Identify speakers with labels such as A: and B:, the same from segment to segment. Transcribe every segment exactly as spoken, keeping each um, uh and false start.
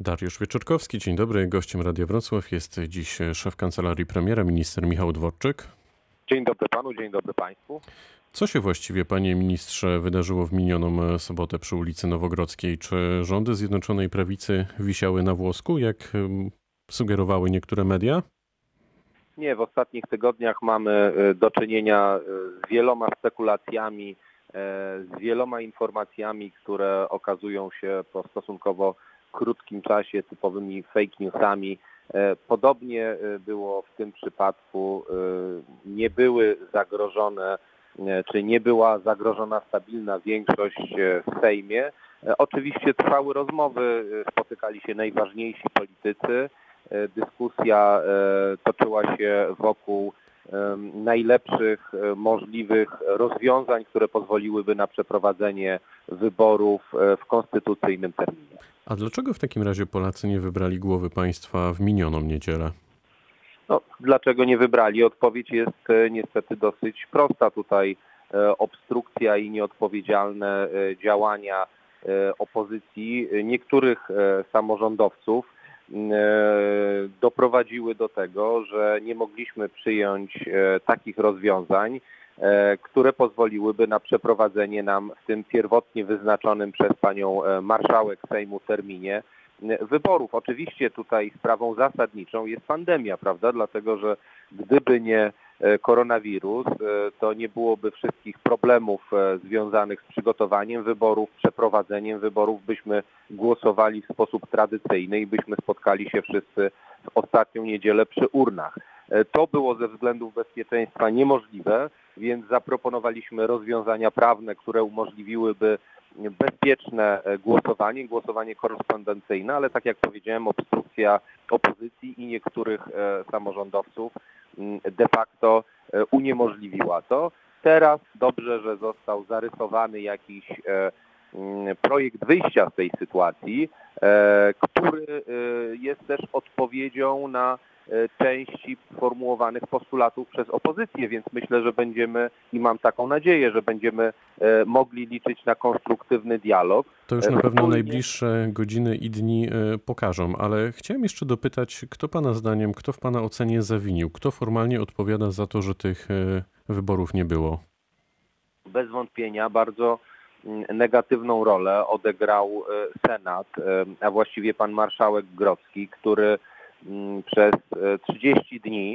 A: Dariusz Wieczorkowski, dzień dobry. Gościem Radia Wrocław jest dziś szef kancelarii premiera, minister Michał Dworczyk.
B: Dzień dobry panu, dzień dobry państwu.
A: Co się właściwie, panie ministrze, wydarzyło w minioną sobotę przy ulicy Nowogrodzkiej? Czy rządy Zjednoczonej Prawicy wisiały na włosku, jak sugerowały niektóre media?
B: Nie, w ostatnich tygodniach mamy do czynienia z wieloma spekulacjami, z wieloma informacjami, które okazują się po stosunkowo krótkim czasie typowymi fake newsami. Podobnie było w tym przypadku. Nie były zagrożone, czy nie była zagrożona stabilna większość w Sejmie. Oczywiście trwały rozmowy, spotykali się najważniejsi politycy. Dyskusja toczyła się wokół najlepszych możliwych rozwiązań, które pozwoliłyby na przeprowadzenie wyborów w konstytucyjnym terminie.
A: A dlaczego w takim razie Polacy nie wybrali głowy państwa w minioną niedzielę?
B: No, dlaczego nie wybrali? Odpowiedź jest niestety dosyć prosta. Tutaj obstrukcja i nieodpowiedzialne działania opozycji niektórych samorządowców doprowadziły do tego, że nie mogliśmy przyjąć takich rozwiązań, które pozwoliłyby na przeprowadzenie nam w tym pierwotnie wyznaczonym przez panią marszałek Sejmu terminie wyborów. Oczywiście tutaj sprawą zasadniczą jest pandemia, prawda? Dlatego, że gdyby nie koronawirus, to nie byłoby wszystkich problemów związanych z przygotowaniem wyborów, przeprowadzeniem wyborów, byśmy głosowali w sposób tradycyjny i byśmy spotkali się wszyscy w ostatnią niedzielę przy urnach. To było ze względów bezpieczeństwa niemożliwe, więc zaproponowaliśmy rozwiązania prawne, które umożliwiłyby bezpieczne głosowanie, głosowanie korespondencyjne, ale tak jak powiedziałem, obstrukcja opozycji i niektórych samorządowców de facto uniemożliwiła to. Teraz dobrze, że został zarysowany jakiś projekt wyjścia z tej sytuacji, który jest też odpowiedzią na części formułowanych postulatów przez opozycję, więc myślę, że będziemy i mam taką nadzieję, że będziemy mogli liczyć na konstruktywny dialog.
A: To już na pewno najbliższe godziny i dni pokażą, ale chciałem jeszcze dopytać, kto pana zdaniem, kto w pana ocenie zawinił, kto formalnie odpowiada za to, że tych wyborów nie było?
B: Bez wątpienia bardzo negatywną rolę odegrał Senat, a właściwie pan marszałek Grodzki, który przez trzydzieści dni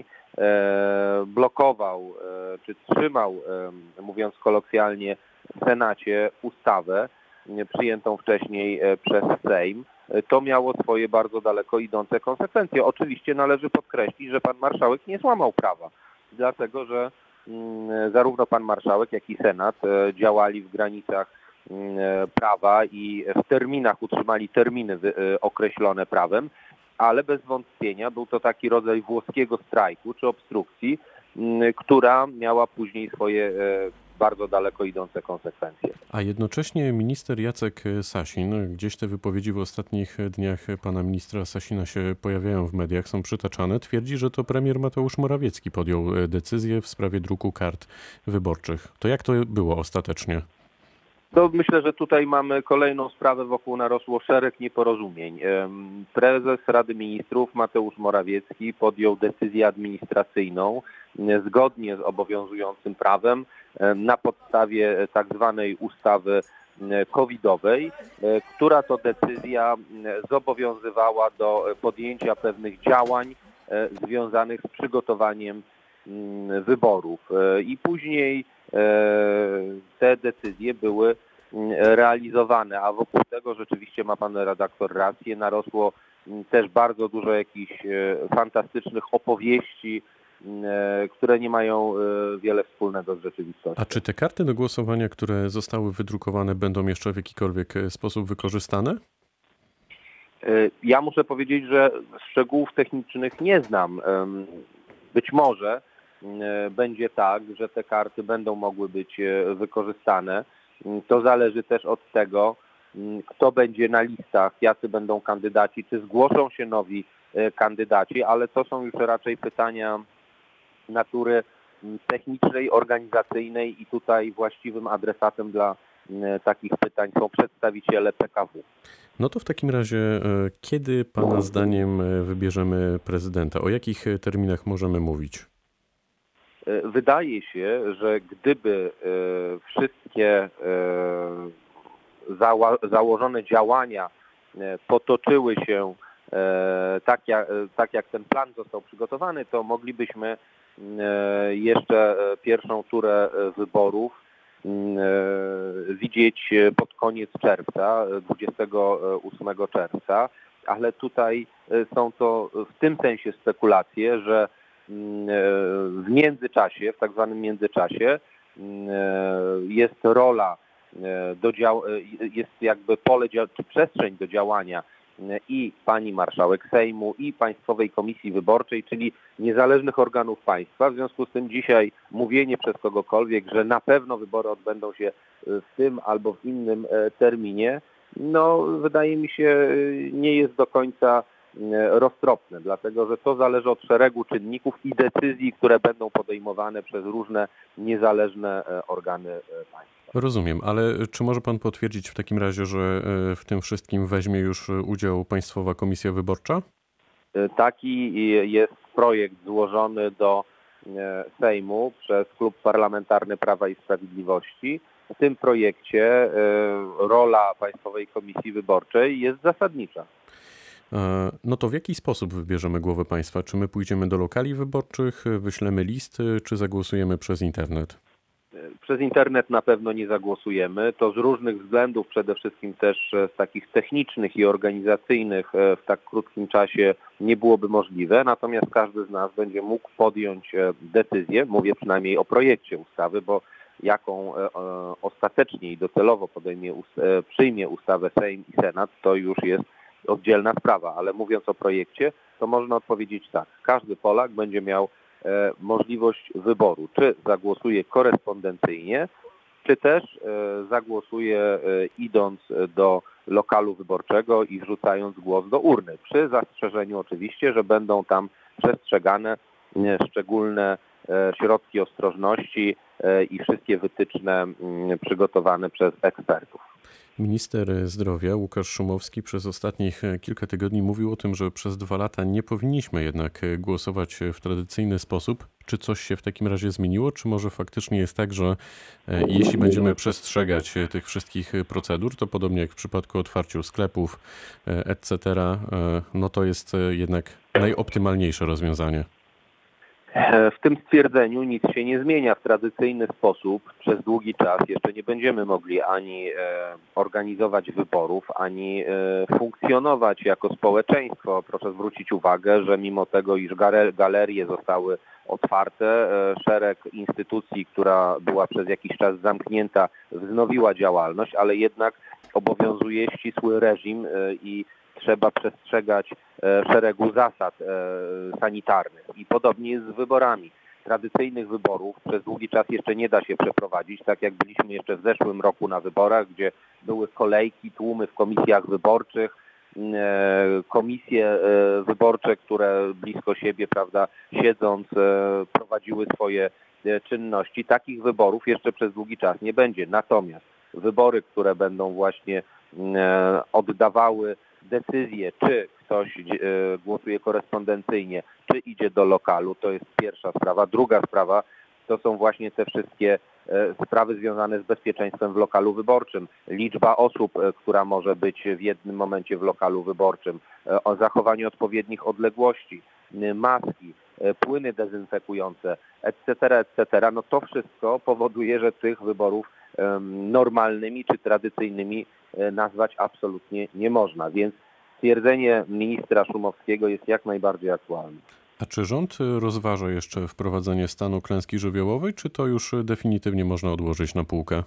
B: blokował, czy trzymał, mówiąc kolokwialnie, w Senacie ustawę przyjętą wcześniej przez Sejm. To miało swoje bardzo daleko idące konsekwencje. Oczywiście należy podkreślić, że pan marszałek nie złamał prawa, dlatego że zarówno pan marszałek, jak i Senat działali w granicach prawa i w terminach, utrzymali terminy określone prawem, ale bez wątpienia był to taki rodzaj włoskiego strajku czy obstrukcji, która miała później swoje bardzo daleko idące konsekwencje.
A: A jednocześnie minister Jacek Sasin, gdzieś te wypowiedzi w ostatnich dniach pana ministra Sasina się pojawiają w mediach, są przytaczane, twierdzi, że to premier Mateusz Morawiecki podjął decyzję w sprawie druku kart wyborczych. To jak to było ostatecznie?
B: To myślę, że tutaj mamy kolejną sprawę, wokół narosło szereg nieporozumień. Prezes Rady Ministrów Mateusz Morawiecki podjął decyzję administracyjną zgodnie z obowiązującym prawem na podstawie tak zwanej ustawy covidowej, która to decyzja zobowiązywała do podjęcia pewnych działań związanych z przygotowaniem wyborów. I później te decyzje były realizowane, a wokół tego rzeczywiście ma pan redaktor rację, narosło też bardzo dużo jakichś fantastycznych opowieści, które nie mają wiele wspólnego z rzeczywistością.
A: A czy te karty do głosowania, które zostały wydrukowane, będą jeszcze w jakikolwiek sposób wykorzystane?
B: Ja muszę powiedzieć, że szczegółów technicznych nie znam. Być może będzie tak, że te karty będą mogły być wykorzystane. To zależy też od tego, kto będzie na listach, jacy będą kandydaci, czy zgłoszą się nowi kandydaci, ale to są już raczej pytania natury technicznej, organizacyjnej i tutaj właściwym adresatem dla takich pytań są przedstawiciele P K W.
A: No to w takim razie, e, kiedy Pana zdaniem e, wybierzemy prezydenta? O jakich e, terminach możemy mówić?
B: E, Wydaje się, że gdyby e, wszystkie e, zała- założone działania e, potoczyły się e, tak jak, tak jak ten plan został przygotowany, to moglibyśmy e, jeszcze e, pierwszą turę e, wyborów m, e, widzieć pod koniec czerwca, e, dwudziestego ósmego czerwca, ale tutaj e, są to w tym sensie spekulacje, że m, e, w międzyczasie, w tak zwanym międzyczasie m, e, jest rola e, do dział- e, jest jakby pole dzia- czy przestrzeń do działania e, i pani marszałek Sejmu, i Państwowej Komisji Wyborczej, czyli niezależnych organów państwa. W związku z tym dzisiaj mówienie przez kogokolwiek, że na pewno wybory odbędą się w tym albo w innym e, terminie, no wydaje mi się nie jest do końca e, roztropne, dlatego że to zależy od szeregu czynników i decyzji, które będą podejmowane przez różne niezależne e, organy e, państwa.
A: Rozumiem, ale czy może Pan potwierdzić w takim razie, że e, w tym wszystkim weźmie już udział Państwowa Komisja Wyborcza?
B: E, Taki jest projekt złożony do e, Sejmu przez Klub Parlamentarny Prawa i Sprawiedliwości. W tym projekcie e, rola Państwowej Komisji Wyborczej jest zasadnicza.
A: E, No to w jaki sposób wybierzemy głowę państwa? Czy my pójdziemy do lokali wyborczych, wyślemy listy, czy zagłosujemy przez internet?
B: Przez internet na pewno nie zagłosujemy. To z różnych względów, przede wszystkim też e, z takich technicznych i organizacyjnych e, w tak krótkim czasie nie byłoby możliwe. Natomiast każdy z nas będzie mógł podjąć e, decyzję, mówię przynajmniej o projekcie ustawy, bo jaką e, e, ostatecznie i docelowo podejmie, us- e, przyjmie ustawę Sejm i Senat, to już jest oddzielna sprawa. Ale mówiąc o projekcie, to można odpowiedzieć tak. Każdy Polak będzie miał e, możliwość wyboru, czy zagłosuje korespondencyjnie, czy też e, zagłosuje e, idąc do lokalu wyborczego i wrzucając głos do urny, przy zastrzeżeniu oczywiście, że będą tam przestrzegane e, szczególne e, środki ostrożności e, i wszystkie wytyczne m, przygotowane przez ekspertów.
A: Minister zdrowia Łukasz Szumowski przez ostatnich kilka tygodni mówił o tym, że przez dwa lata nie powinniśmy jednak głosować w tradycyjny sposób. Czy coś się w takim razie zmieniło? Czy może faktycznie jest tak, że e, jeśli będziemy przestrzegać tych wszystkich procedur, to podobnie jak w przypadku otwarciu sklepów, e, et cetera, e, no to jest e, jednak najoptymalniejsze rozwiązanie?
B: W tym stwierdzeniu nic się nie zmienia. W tradycyjny sposób przez długi czas jeszcze nie będziemy mogli ani e, organizować wyborów, ani e, funkcjonować jako społeczeństwo. Proszę zwrócić uwagę, że mimo tego, iż gare- galerie zostały otwarte, e, szereg instytucji, która była przez jakiś czas zamknięta, wznowiła działalność, ale jednak obowiązuje ścisły reżim e, i trzeba przestrzegać e, szeregu zasad e, sanitarnych. I podobnie jest z wyborami. Tradycyjnych wyborów przez długi czas jeszcze nie da się przeprowadzić, tak jak byliśmy jeszcze w zeszłym roku na wyborach, gdzie były kolejki, tłumy w komisjach wyborczych, e, komisje e, wyborcze, które blisko siebie, prawda, siedząc, e, prowadziły swoje e, czynności. Takich wyborów jeszcze przez długi czas nie będzie. Natomiast wybory, które będą właśnie e, oddawały decyzję, czy ktoś e, głosuje korespondencyjnie, czy idzie do lokalu, to jest pierwsza sprawa. Druga sprawa to są właśnie te wszystkie e, sprawy związane z bezpieczeństwem w lokalu wyborczym. Liczba osób, e, która może być w jednym momencie w lokalu wyborczym, e, o zachowanie odpowiednich odległości, e, maski, e, płyny dezynfekujące, et cetera, et cetera. No to wszystko powoduje, że tych wyborów e, normalnymi czy tradycyjnymi e, nazwać absolutnie nie można. Więc stwierdzenie ministra Szumowskiego jest jak najbardziej aktualne.
A: A czy rząd rozważa jeszcze wprowadzenie stanu klęski żywiołowej, czy to już definitywnie można odłożyć na półkę?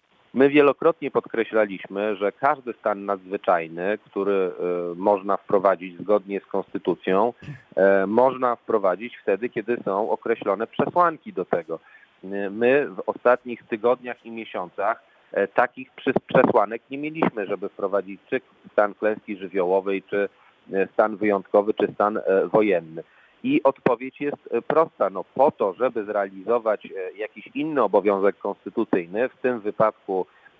B: My wielokrotnie podkreślaliśmy, że każdy stan nadzwyczajny, który y, można wprowadzić zgodnie z konstytucją, y, można wprowadzić wtedy, kiedy są określone przesłanki do tego. Y, my w ostatnich tygodniach i miesiącach y, takich przy, przesłanek nie mieliśmy, żeby wprowadzić czy stan klęski żywiołowej, czy y, stan wyjątkowy, czy stan y, wojenny. I odpowiedź jest prosta. No po to, żeby zrealizować jakiś inny obowiązek konstytucyjny, w tym wypadku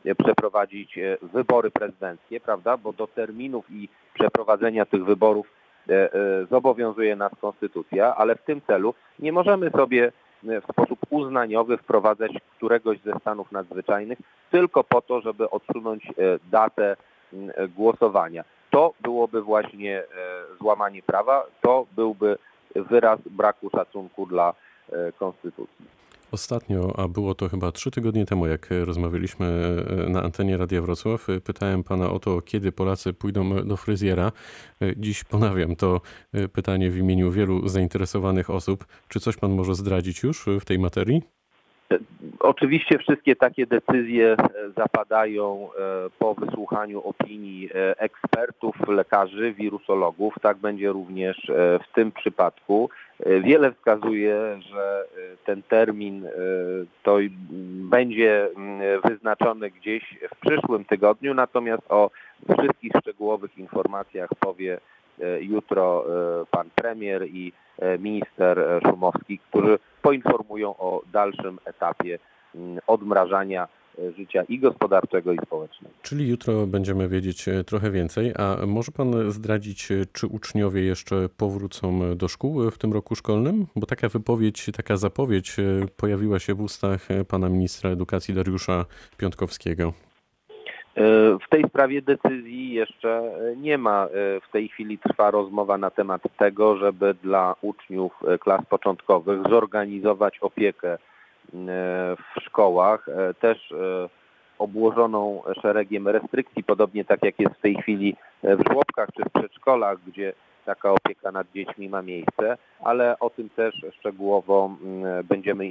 B: przeprowadzić wybory prezydenckie, prawda? Bo do terminów i przeprowadzenia tych wyborów zobowiązuje nas konstytucja, ale w tym celu nie możemy sobie w sposób uznaniowy wprowadzać któregoś ze stanów nadzwyczajnych tylko po to, żeby odsunąć datę głosowania. To byłoby właśnie złamanie prawa, to byłby wyraz braku szacunku dla konstytucji.
A: Ostatnio, a było to chyba trzy tygodnie temu, jak rozmawialiśmy na antenie Radia Wrocław, pytałem pana o to, kiedy Polacy pójdą do fryzjera. Dziś ponawiam to pytanie w imieniu wielu zainteresowanych osób. Czy coś pan może zdradzić już w tej materii?
B: Oczywiście wszystkie takie decyzje zapadają po wysłuchaniu opinii ekspertów, lekarzy, wirusologów. Tak będzie również w tym przypadku. Wiele wskazuje, że ten termin to będzie wyznaczony gdzieś w przyszłym tygodniu, natomiast o wszystkich szczegółowych informacjach powie jutro pan premier i minister Szumowski, którzy poinformują o dalszym etapie odmrażania życia i gospodarczego, i społecznego.
A: Czyli jutro będziemy wiedzieć trochę więcej. A może pan zdradzić, czy uczniowie jeszcze powrócą do szkół w tym roku szkolnym? Bo taka wypowiedź, taka zapowiedź pojawiła się w ustach pana ministra edukacji Dariusza Piontkowskiego.
B: W tej sprawie decyzji jeszcze nie ma. W tej chwili trwa rozmowa na temat tego, żeby dla uczniów klas początkowych zorganizować opiekę w szkołach, też obłożoną szeregiem restrykcji, podobnie tak jak jest w tej chwili w żłobkach czy w przedszkolach, gdzie taka opieka nad dziećmi ma miejsce, ale o tym też szczegółowo będziemy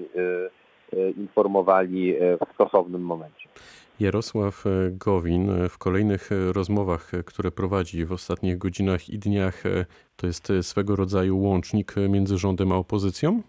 B: informowali w stosownym momencie.
A: Jarosław Gowin w kolejnych rozmowach, które prowadzi w ostatnich godzinach i dniach, to jest swego rodzaju łącznik między rządem a opozycją?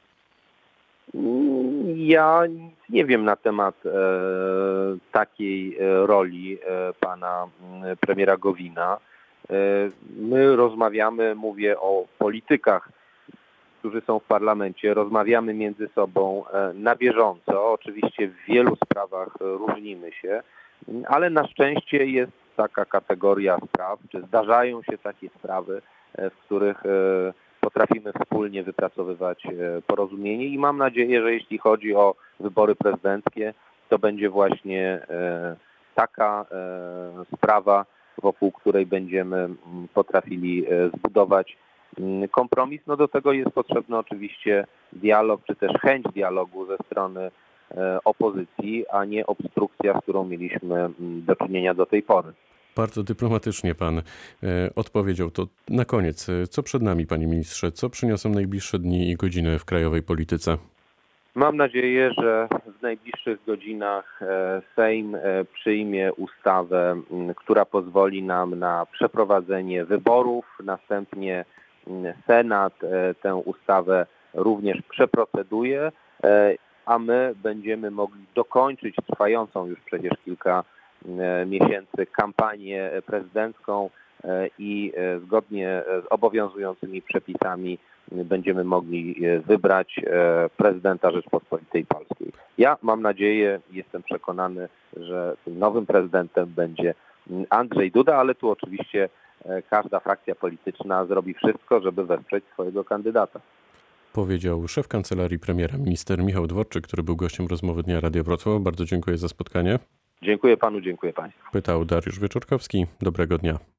B: Ja nie wiem na temat e, takiej roli e, pana premiera Gowina. E, my rozmawiamy, mówię o politykach, którzy są w parlamencie, rozmawiamy między sobą na bieżąco. Oczywiście w wielu sprawach różnimy się, ale na szczęście jest taka kategoria spraw, czy zdarzają się takie sprawy, w których potrafimy wspólnie wypracowywać porozumienie i mam nadzieję, że jeśli chodzi o wybory prezydenckie, to będzie właśnie taka sprawa, wokół której będziemy potrafili zbudować kompromis. No do tego jest potrzebny oczywiście dialog, czy też chęć dialogu ze strony opozycji, a nie obstrukcja, z którą mieliśmy do czynienia do tej pory.
A: Bardzo dyplomatycznie pan odpowiedział. To na koniec, co przed nami, panie ministrze? Co przyniosą najbliższe dni i godziny w krajowej polityce?
B: Mam nadzieję, że w najbliższych godzinach Sejm przyjmie ustawę, która pozwoli nam na przeprowadzenie wyborów. Następnie Senat tę ustawę również przeproceduje, a my będziemy mogli dokończyć trwającą już przecież kilka miesięcy kampanię prezydencką i zgodnie z obowiązującymi przepisami będziemy mogli wybrać prezydenta Rzeczpospolitej Polskiej. Ja mam nadzieję, jestem przekonany, że tym nowym prezydentem będzie Andrzej Duda, ale tu oczywiście każda frakcja polityczna zrobi wszystko, żeby wesprzeć swojego kandydata.
A: Powiedział szef kancelarii premiera, minister Michał Dworczyk, który był gościem rozmowy Dnia Radia Wrocław. Bardzo dziękuję za spotkanie.
B: Dziękuję panu, dziękuję państwu.
A: Pytał Dariusz Wieczorkowski. Dobrego dnia.